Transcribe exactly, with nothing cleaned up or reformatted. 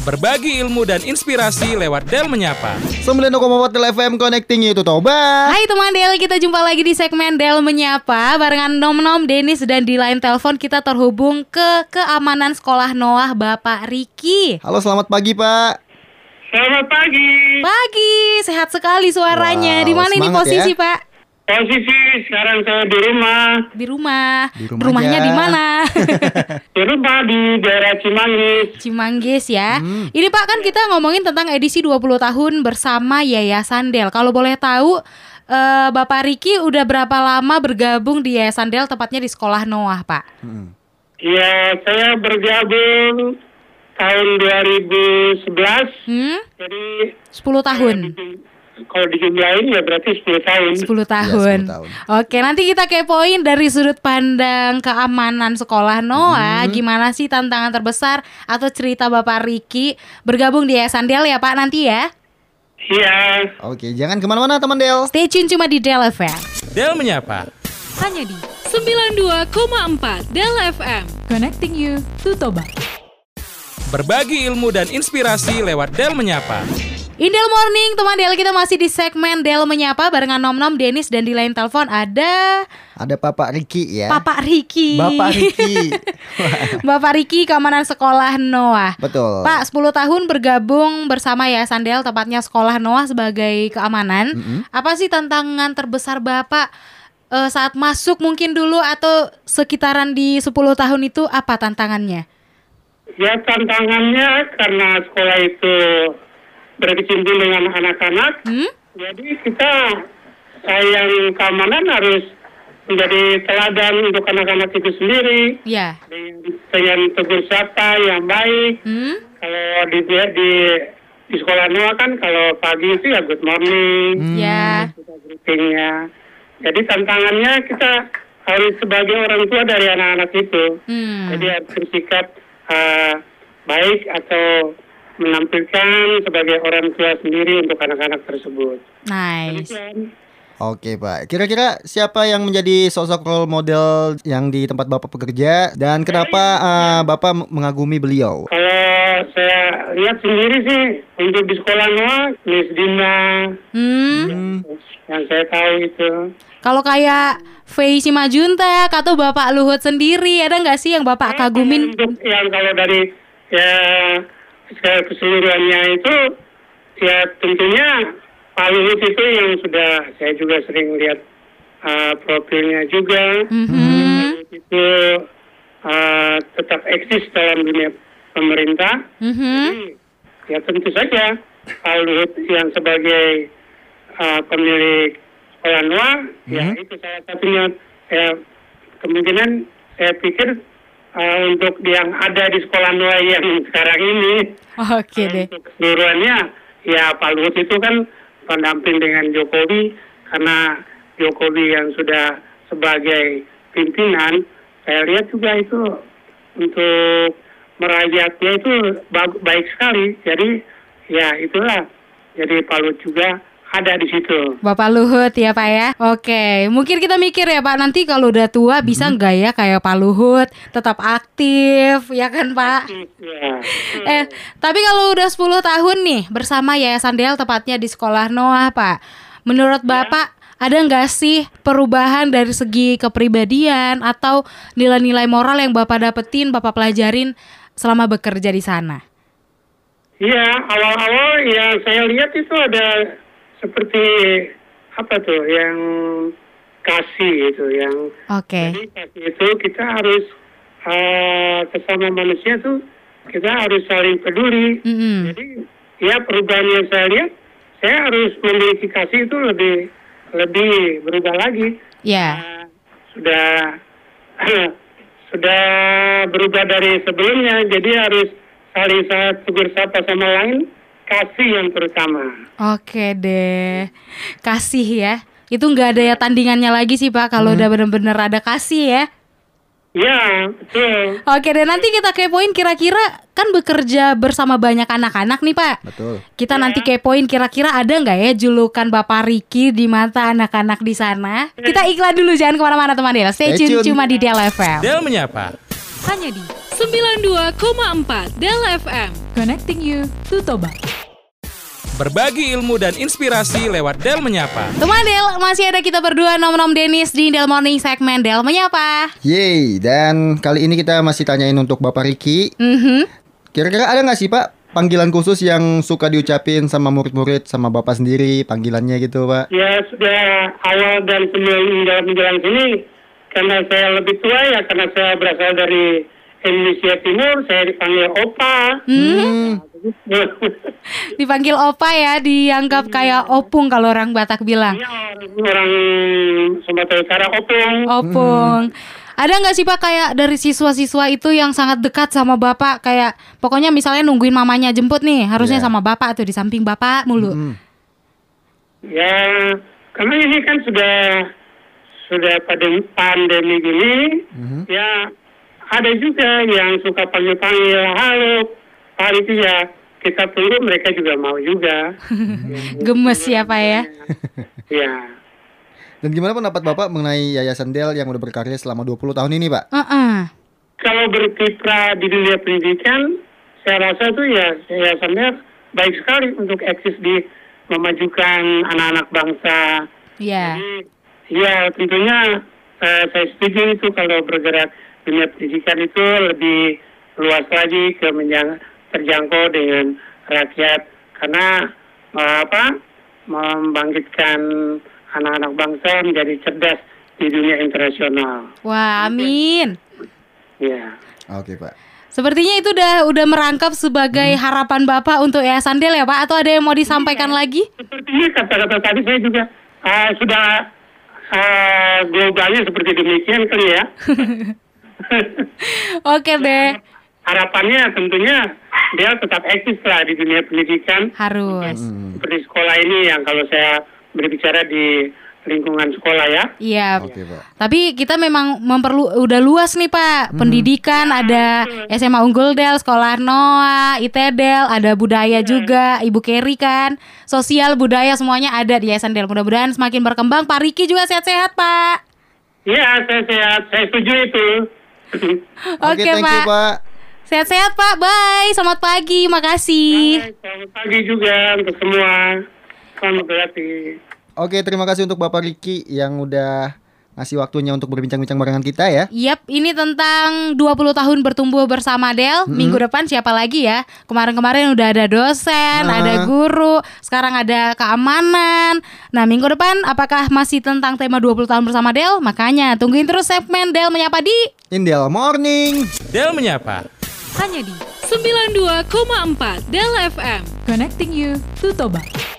Berbagi ilmu dan inspirasi lewat Del Menyapa. sembilan puluh koma empat Del F M Connecting You to Toba. Hai teman Del, kita jumpa lagi di segmen Del Menyapa barengan Nom-Nom, Denis, dan di line telepon kita terhubung ke keamanan sekolah Noah Bapak Riki. Halo, selamat pagi Pak. Selamat pagi. Pagi, sehat sekali suaranya. Wow, Di mana ini semangat posisi ya. Pak? Posisi sekarang saya di rumah. Di rumah. Di rumah Rumahnya aja. di mana? Di rumah di daerah Cimanggis. Cimanggis ya. Hmm. Ini Pak, kan kita ngomongin tentang edisi dua puluh tahun bersama Yayasan Del. Kalau boleh tahu, eh, Bapak Riki udah berapa lama bergabung di Yayasan Del, tepatnya di sekolah Noah, Pak? Hmm. Ya, saya bergabung tahun dua ribu sebelas. Hmm? Jadi sepuluh tahun. kalau dijumlahin ya berarti sepuluh tahun. sepuluh Ya, tahun. sepuluh tahun. Oke, nanti kita kepoin dari sudut pandang keamanan sekolah Noah. Hmm. Gimana sih tantangan terbesar atau cerita Bapak Riki bergabung di Yayasan Del ya Pak nanti ya. Iya. Oke, jangan kemana-mana teman Del. Stay tune cuma di Del F M. Del Menyapa. Hanya di sembilan puluh dua koma empat Del F M. Connecting you to Toba. Berbagi ilmu dan inspirasi lewat Del Menyapa. Indel Morning, teman Del, kita masih di segmen Del Menyapa barengan Nom-Nom, Denis, dan di line telepon ada Ada Bapak Riki ya. Bapak Riki. Bapak Riki. Bapak Riki, keamanan sekolah Noah. Betul. Pak, sepuluh tahun bergabung bersama Yayasan Del, tepatnya sekolah Noah sebagai keamanan. Mm-mm. Apa sih tantangan terbesar Bapak eh, saat masuk mungkin dulu atau sekitaran di sepuluh tahun itu, apa tantangannya? Ya, tantangannya karena sekolah itu berkecimpung dengan anak-anak. Hmm? Jadi kita sayang keamanan harus menjadi teladan untuk anak-anak itu sendiri. Ya. Dengan, dengan tegur sapa yang baik. Hmm? Kalau di, di di sekolah Noah kan kalau pagi itu ya good morning. Hmm. Ya. Kita greetingnya. Jadi tantangannya kita harus sebagai orang tua dari anak-anak itu. Hmm. Jadi harus bersikap uh, baik atau menampilkan sebagai orang tua sendiri untuk anak-anak tersebut. Nice. Demikian. Oke Pak, kira-kira siapa yang menjadi sosok role model yang di tempat Bapak bekerja dan kenapa uh, Bapak mengagumi beliau? Kalau saya lihat sendiri sih untuk di sekolah Noah, Miss Dina, Hmm? Hmm. yang saya tahu itu. Kalau kayak Fei Simajuntak atau Bapak Luhut sendiri, ada nggak sih yang Bapak kagumin? Untuk yang kalau dari ya secara keseluruhannya itu ya tentunya Pak Luhut itu yang sudah saya juga sering lihat uh, profilnya juga. Mhm. Itu uh, tetap eksis dalam dunia pemerintah. Mhm. Jadi, ya tentu saja Pak Luhut yang sebagai uh, pemilik sekolah Noah, ya itu salah satunya. Ya, kemungkinan saya pikir uh, untuk yang ada di sekolah Noah yang sekarang ini, Oke uh, deh. untuk keseluruhannya, ya Pak Luhut itu kan pendamping dengan Jokowi, karena Jokowi yang sudah sebagai pimpinan, saya lihat juga itu untuk merakyatnya itu ba- baik sekali. Jadi ya itulah, jadi Pak Luhut juga ada di situ. Bapak Luhut ya Pak ya. Oke, mungkin kita mikir ya Pak, nanti kalau udah tua bisa nggak ya kayak Pak Luhut tetap aktif ya kan Pak? Ya. Eh, tapi kalau udah sepuluh tahun nih bersama Yayasan Del, tepatnya di sekolah Noah Pak, menurut Bapak ada nggak sih perubahan dari segi kepribadian atau nilai-nilai moral yang Bapak dapetin, Bapak pelajarin selama bekerja di sana? Iya, awal-awal yang saya lihat itu ada seperti apa tuh yang kasih itu, yang Oke. jadi kasih itu kita harus uh, sesama manusia tuh kita harus saling peduli. Mm-mm. Jadi ya perubahan yang saya lihat, saya harus memiliki kasih itu lebih lebih berubah lagi. Ya. Uh, sudah sudah berubah dari sebelumnya, jadi harus saling tegur sapa sama lain, kasih yang terutama. Oke deh, kasih ya. Itu nggak ada ya tandingannya lagi sih Pak kalau udah bener-bener ada kasih ya. Ya, betul. Oke deh, nanti kita kepoin kira-kira kan bekerja bersama banyak anak-anak nih Pak. Betul. Kita nanti kepoin kira-kira ada nggak ya julukan Bapak Riki di mata anak-anak di sana. Kita iklan dulu, jangan kemana-mana teman Del. Stay Stay tune tune. cuma di Del F M. Del Menyapa. Hanya di sembilan puluh dua koma empat Del F M. Connecting you to Toba. Berbagi ilmu dan inspirasi lewat Del Menyapa. Teman Del, masih ada kita berdua Nom-Nom Dennis di Del Morning segmen Del Menyapa. Yeay, dan kali ini kita masih tanyain untuk Bapak Ricky. Mhm. Kira-kira ada nggak sih Pak panggilan khusus yang suka diucapin sama murid-murid, sama Bapak sendiri, panggilannya gitu Pak? Ya sudah awal dan sebelum dalam menjelang sini, karena saya lebih tua ya, karena saya berasal dari Indonesia Timur, saya dipanggil Opa. Hmm. Dipanggil Opa ya, dianggap kayak opung kalau orang Batak bilang. Iya, orang Sumatera Utara opung. Opung. Ada nggak sih Pak kayak dari siswa-siswa itu yang sangat dekat sama Bapak, kayak pokoknya misalnya nungguin mamanya jemput nih, harusnya Yeah. sama Bapak atau di samping Bapak mulu. Mm. Ya, karena ini kan sudah sudah pada pandemi gini, Mhm. ya ada juga yang suka panggil-panggil, halo, Pak itu ya, kita tunggu mereka juga mau juga. Gemes ya Pak ya. Ya, Dan gimana pendapat Bapak mengenai Yayasan Del yang udah berkarya selama dua puluh tahun ini Pak? Heeh. kalau berkiprah di dunia pendidikan, saya rasa tuh ya yayasannya baik sekali untuk eksis di memajukan anak-anak bangsa. Iya. Jadi, ya tentunya eh, saya setuju itu kalau bergerak dunia pendidikan itu lebih luas lagi ke menjang- terjangkau dengan rakyat, karena eh, apa membangkitkan anak-anak bangsa menjadi cerdas di dunia internasional. Wah, amin. Ya. Oke Pak. Sepertinya itu udah udah merangkap sebagai harapan Bapak untuk Yayasan Del ya Pak, atau ada yang mau disampaikan lagi? Sepertinya kata-kata tadi saya juga uh, sudah uh, globalnya seperti demikian kali ya. Oke deh. Harapannya tentunya dia tetap eksis lah di dunia pendidikan. Harus. Seperti sekolah ini yang kalau saya berbicara di lingkungan sekolah ya. Iya. Oke Pak. Tapi kita memang memperlu udah luas nih Pak. Pendidikan ada S M A Unggul Del, Sekolah Noah, I T Del, ada budaya juga, Ibu Keri kan. Sosial, budaya semuanya ada di Yayasan Del. Mudah-mudahan semakin berkembang. Pak Ricky juga sehat-sehat Pak. Iya, saya sehat, saya setuju itu. Oke thank you Pak. Pak. Sehat-sehat Pak. Bye. Selamat pagi. Makasih. Baik, selamat pagi juga untuk semua. Selamat berarti. Oke, terima kasih untuk Bapak Ricky yang udah ngasih waktunya untuk berbincang-bincang barengan kita ya. Yap, ini tentang dua puluh tahun bertumbuh bersama Del. Minggu depan siapa lagi ya? Kemarin-kemarin udah ada dosen, Ah. ada guru, sekarang ada keamanan. Nah, minggu depan apakah masih tentang tema dua puluh tahun bersama Del? Makanya tungguin terus segmen Del Menyapa di Indel Morning. Del Menyapa. Hanya di sembilan puluh dua koma empat Del F M. Connecting you to Toba.